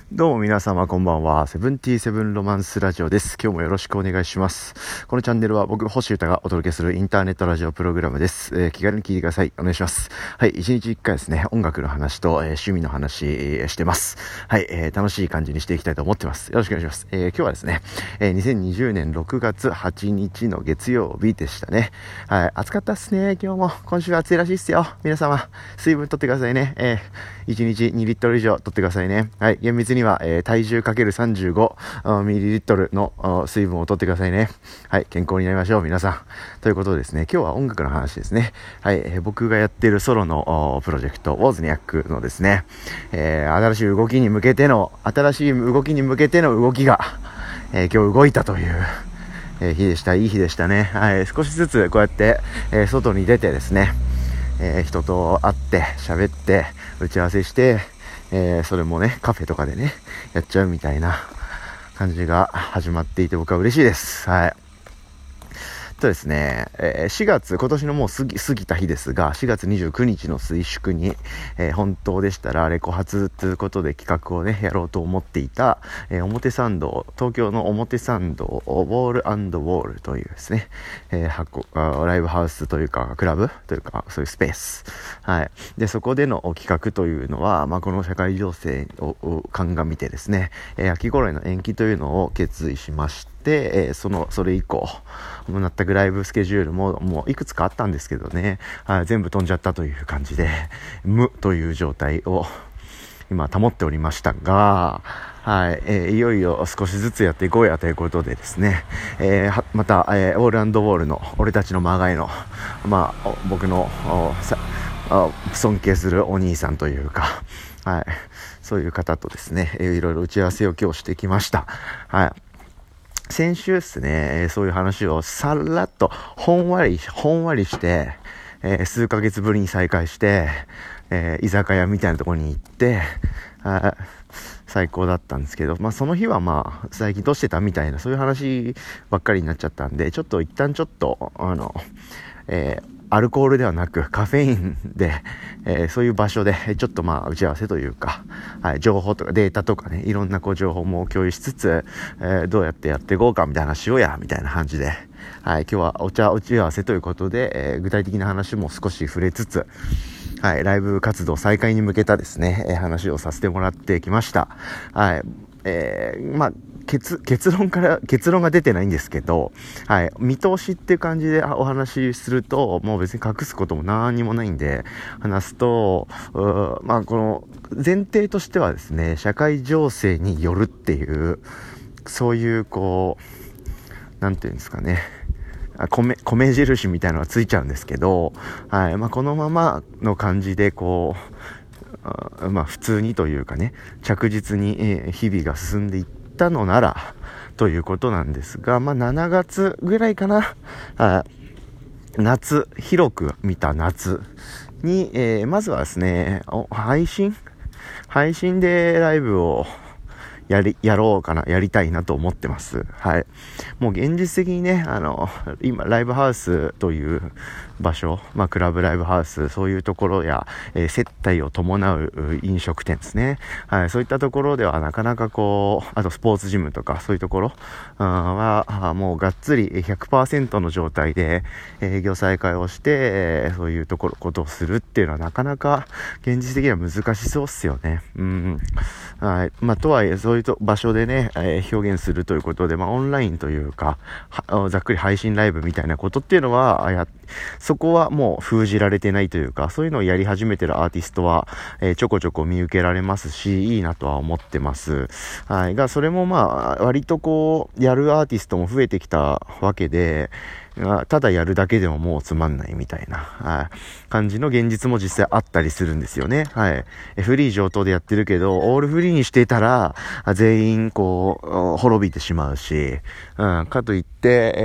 どうも皆様こんばんは。セブンティーセブンロマンスラジオです。今日もよろしくお願いします。このチャンネルは僕星歌がお届けするインターネットラジオプログラムです。気軽に聞いてください。お願いします。はい、1日1回ですね、音楽の話と、趣味の話、してます。はい、楽しい感じにしていきたいと思ってます。よろしくお願いします。今日はですね、2020年6月8日の月曜日でしたね。はい、暑かったっすね。今日も今週は暑いらしいっすよ。皆様水分取ってくださいね。1日2リットル以上取ってくださいね。はい、厳密には、体重 ×35 ミリリットルの水分を取ってくださいね。はい、健康になりましょう皆さん。ということでですね、今日は音楽の話ですね。はい、僕がやっているソロのプロジェクトウォーズニャックのですね、新しい動きに向けての動きが、今日動いたという日でした。いい日でしたね。はい、少しずつこうやって、外に出てですね、人と会って喋って打ち合わせして、それもねカフェとかでねやっちゃうみたいな感じが始まっていて僕は嬉しいです。はい。ですね、4月、今年のもう過ぎた日ですが、4月29日の水祝に、本当でしたらレコ発ということで企画をね、やろうと思っていた、表参道、東京の表参道、ウォール&ウォールというですね、ライブハウスというか、クラブというか、そういうスペース。はい。で、そこでの企画というのは、この社会情勢を鑑みてですね、秋頃への延期というのを決意しまして、それ以降、全くライブスケジュールもういくつかあったんですけどね、全部飛んじゃったという感じで、無という状態を今保っておりましたが、はい、いよいよ少しずつやっていこうやということでですね、また、オール&ウォールの俺たちのまがいの、僕の尊敬するお兄さんというか、はい、そういう方とですね、いろいろ打ち合わせを今日してきました。はい。先週ですね、そういう話をさらっとほんわりして、数ヶ月ぶりに再会して、居酒屋みたいなところに行って、最高だったんですけど、その日は最近どうしてたみたいなそういう話ばっかりになっちゃったんで、一旦アルコールではなくカフェインで、そういう場所でちょっと打ち合わせというか、はい、情報とかデータとかね、いろんな情報も共有しつつ、どうやってやっていこうかみたいな話をみたいな感じで、はい、今日は打ち合わせということで、具体的な話も少し触れつつ、はい、ライブ活動再開に向けたですね、話をさせてもらってきました。はい、結論が出てないんですけど、はい、見通しっていう感じでお話しすると、もう別に隠すことも何にもないんで、話すと、この前提としてはですね、社会情勢によるっていう、そういうなんていうんですかね、米印みたいなのがついちゃうんですけど、はい、このままの感じで普通にというかね、着実に、日々が進んでいったのならということなんですが、7月ぐらいかな、広く見た夏に、まずはですね、配信でライブをやりたいなと思ってます。はい。もう現実的にね、今、ライブハウスという場所、クラブライブハウス、そういうところや、接待を伴う飲食店ですね。はい。そういったところではなかなかあとスポーツジムとかそういうところは、もうがっつり 100% の状態で営業再開をして、そういうことをするっていうのはなかなか現実的には難しそうっすよね。はい。とはいえ、そういう場所でね、表現するということで、オンラインというか、ざっくり配信ライブみたいなことっていうのは、そこはもう封じられてないというか、そういうのをやり始めてるアーティストは、ちょこちょこ見受けられますし、いいなとは思ってます。はい。それも割とやるアーティストも増えてきたわけで、ただやるだけでももうつまんないみたいな、感じの現実も実際あったりするんですよね。はい。フリー上等でやってるけど、オールフリーにしていたら、全員滅びてしまうし、かといって、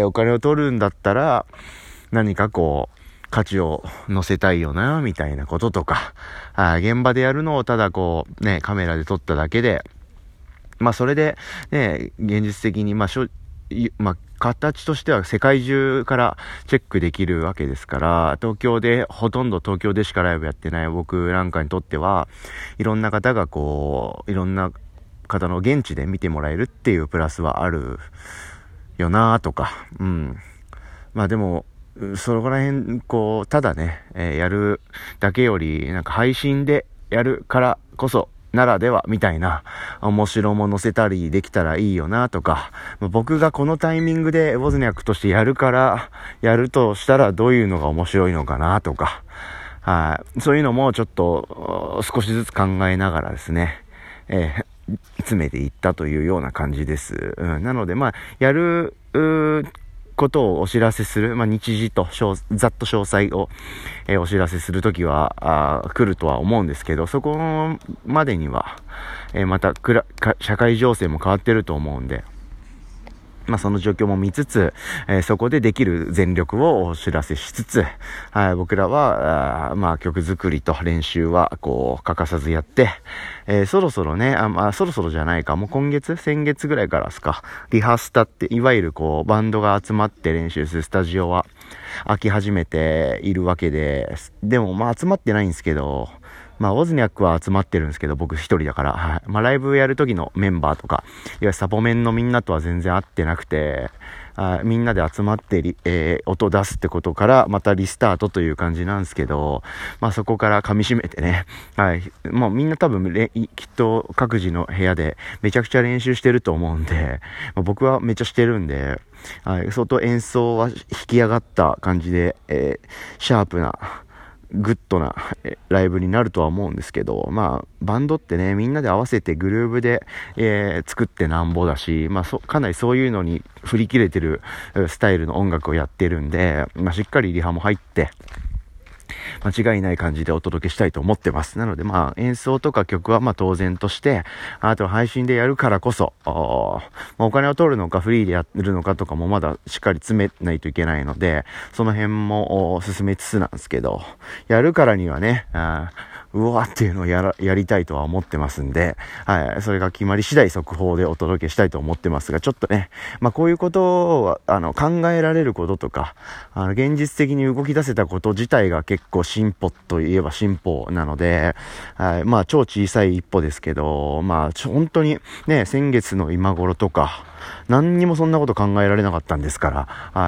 お金を取るんだったら、何か価値を乗せたいよな、みたいなこととか、現場でやるのをただカメラで撮っただけで、それで、ね、現実的に、形としては世界中からチェックできるわけですから、ほとんど東京でしかライブやってない僕なんかにとっては、いろんな方がいろんな方の現地で見てもらえるっていうプラスはあるよなとか、まあでも、そこら辺、ただね、やるだけより、なんか配信でやるからこそ、ならではみたいな面白も載せたりできたらいいよなとか、僕がこのタイミングでウォズニャックとしてやるとしたらどういうのが面白いのかなとか、そういうのもちょっと少しずつ考えながらですね、詰めていったというような感じです。なのでやることをお知らせする、日時とざっと詳細を、お知らせするときは来るとは思うんですけど、そこまでには、また社会情勢も変わってると思うんで、その状況も見つつ、そこでできる全力をお知らせしつつ、僕らは曲作りと練習は欠かさずやって、そろそろね、そろそろじゃないか、もう先月ぐらいからですか、リハスタって、いわゆるバンドが集まって練習するスタジオは開き始めているわけで、でも集まってないんですけど、ウォズニャックは集まってるんですけど、僕一人だから、ライブやる時のメンバーとか、いわゆるサポメンのみんなとは全然会ってなくて、みんなで集まって音出すってことから、またリスタートという感じなんですけど、そこから噛み締めてね、もうみんな多分きっと各自の部屋でめちゃくちゃ練習してると思うんで、僕はめっちゃしてるんで、相当演奏は引き上がった感じで、シャープな、グッドなライブになるとは思うんですけど、バンドってね、みんなで合わせてグルーヴで、作ってなんぼだし、かなりそういうのに振り切れてるスタイルの音楽をやってるんで、しっかりリハも入って、間違いない感じでお届けしたいと思ってます。なので演奏とか曲は当然として、あと配信でやるからこそ、お金を取るのかフリーでやるのかとかもまだしっかり詰めないといけないので、その辺も進めつつなんですけど、やるからにはね、うわっていうのをやりたいとは思ってますんで、それが決まり次第速報でお届けしたいと思ってますが、ちょっとね、こういうことを考えられることとか、現実的に動き出せたこと自体が結構進歩といえば進歩なので、超小さい一歩ですけど、本当にね、先月の今頃とか、何にもそんなこと考えられなかったんですから、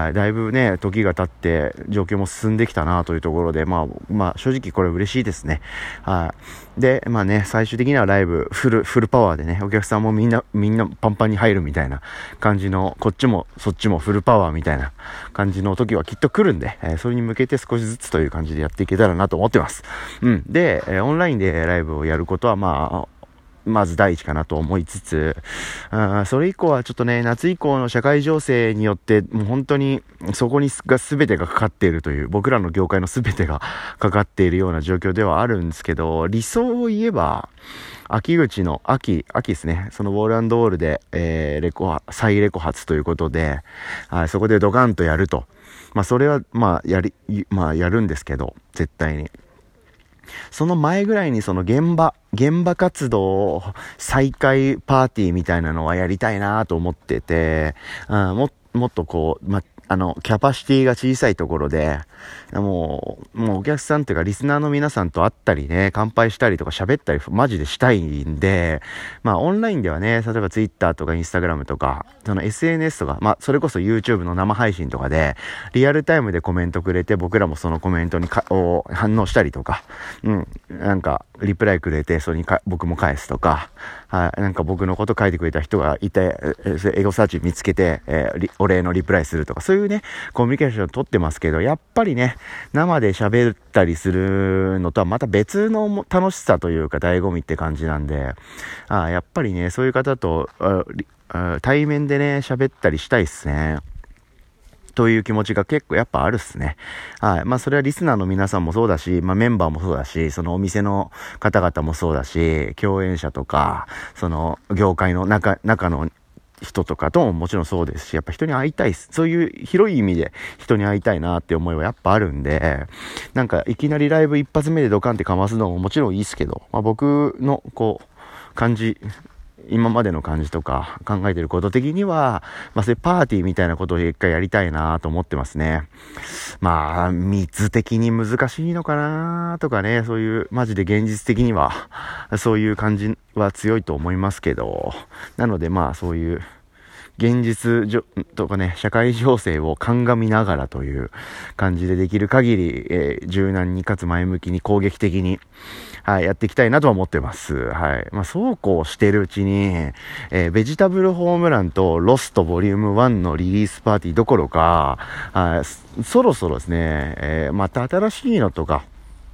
だいぶね、時が経って状況も進んできたなというところで、正直これ嬉しいですね。で、最終的にはライブフルパワーでね、お客さんもみんなパンパンに入るみたいな感じの、こっちもそっちもフルパワーみたいな感じの時はきっと来るんで、それに向けて少しずつという感じでやっていけたらなと思ってます。で、オンラインでライブをやることはまず第一かなと思いつつ、それ以降はちょっとね、夏以降の社会情勢によって、もう本当にそこに全てがかかっているという、僕らの業界の全てがかかっているような状況ではあるんですけど、理想を言えば、秋ですね、そのウォール&オールで、再レコ発ということで、そこでドカンとやると。それは、やるんですけど、絶対に。その前ぐらいにその現場活動再開パーティーみたいなのはやりたいなと思ってて、もっとキャパシティが小さいところで、もうお客さんというかリスナーの皆さんと会ったりね、乾杯したりとか喋ったりマジでしたいんで、オンラインではね、例えばツイッターとかインスタグラムとか、その SNS とか、それこそ YouTube の生配信とかで、リアルタイムでコメントくれて、僕らもそのコメントに反応したりとか、なんか、リプライくれて、それに僕も返すとか、なんか僕のこと書いてくれた人がいて、エゴサーチ見つけて、お礼のリプライするとか、そういうね、コミュニケーションを取ってますけど、やっぱりね、生で喋ったりするのとはまた別の楽しさというか、醍醐味って感じなんで、やっぱりね、そういう方と、対面でね、喋ったりしたいっすね。という気持ちが結構やっぱあるっすね。それはリスナーの皆さんもそうだし、メンバーもそうだし、そのお店の方々もそうだし、共演者とか、その業界の中の人とかとももちろんそうですし、やっぱ人に会いたいっす。そういう広い意味で人に会いたいなって思いはやっぱあるんで、なんかいきなりライブ一発目でドカンってかますのももちろんいいっすけど、僕の感じ今までの感じとか考えてること的には、そういうパーティーみたいなことを一回やりたいなと思ってますね。密的に難しいのかなとかね、そういうマジで現実的にはそういう感じは強いと思いますけど、なのでそういう現実とかね、社会情勢を鑑みながらという感じでできる限り、柔軟にかつ前向きに攻撃的に、やっていきたいなとは思ってます。はい。そうこうしてるうちに、ベジタブルホームランとロストボリューム1のリリースパーティーどころか、そろそろですね、また新しいのとか、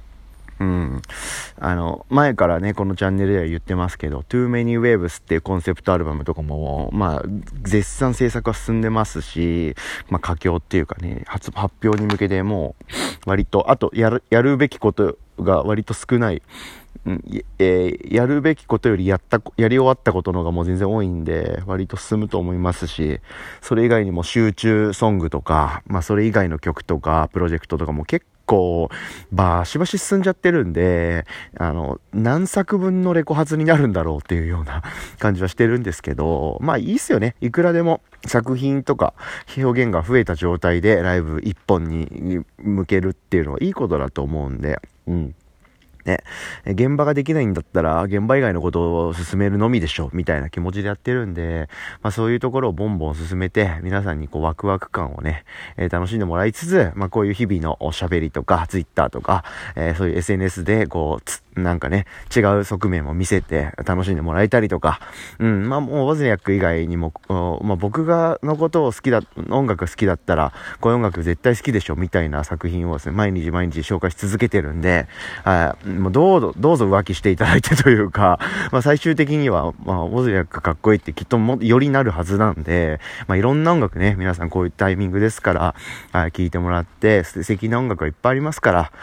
前からね、このチャンネルでは言ってますけど、Too Many Waves っていうコンセプトアルバムとかも、絶賛制作は進んでますし、佳境っていうかね、発表に向けてもう、割と、あと、やるべきことが割と少ない。やるべきことよりやり終わったことの方がもう全然多いんで、割と進むと思いますし、それ以外にも集中ソングとか、それ以外の曲とか、プロジェクトとかも結構、バシバシ進んじゃってるんで、何作分のレコ発になるんだろうっていうような感じはしてるんですけど、いいっすよね。いくらでも作品とか表現が増えた状態でライブ一本に向けるっていうのはいいことだと思うんで、ね、現場ができないんだったら現場以外のことを進めるのみでしょみたいな気持ちでやってるんで、そういうところをボンボン進めて皆さんにワクワク感をね、楽しんでもらいつつ、こういう日々のおしゃべりとかツイッターとか、そういう SNS でなんかね、違う側面も見せて楽しんでもらえたりとか、もうウォズニャック以外にも、僕のことを音楽好きだったら、こういう音楽絶対好きでしょみたいな作品をですね、毎日紹介し続けてるんで、もうどうぞ浮気していただいてというか、最終的には、ウォズニャックかっこいいってきっとよりなるはずなんで、いろんな音楽ね、皆さんこういうタイミングですから、聴いてもらって、素敵な音楽がいっぱいありますから、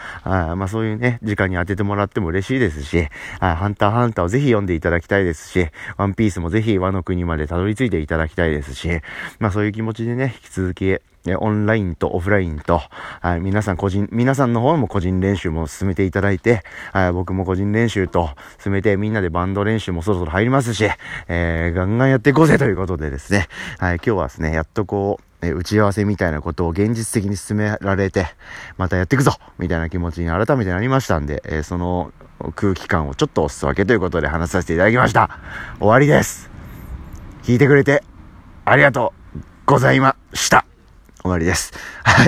そういうね、時間に当ててもらっても嬉しいですし、ハンターハンターをぜひ読んでいただきたいですし、ワンピースもぜひ和の国までたどり着いていただきたいですし、そういう気持ちでね、引き続き、オンラインとオフラインと、皆さんの方も個人練習も進めていただいて、僕も個人練習と進めて、みんなでバンド練習もそろそろ入りますし、ガンガンやっていこうぜということでですね、今日はですね、やっと打ち合わせみたいなことを現実的に進められて、またやっていくぞみたいな気持ちに改めてなりましたんで、その空気感をちょっとお裾分けということで話させていただきました。終わりです。聞いてくれてありがとうございました。終わりです。はい、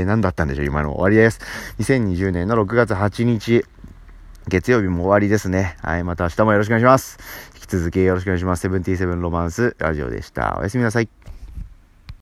何だったんでしょう今の終わりです。2020年の6月8日月曜日も終わりですね。はい、また明日もよろしくお願いします。引き続きよろしくお願いします。77ロマンスラジオでした。おやすみなさい。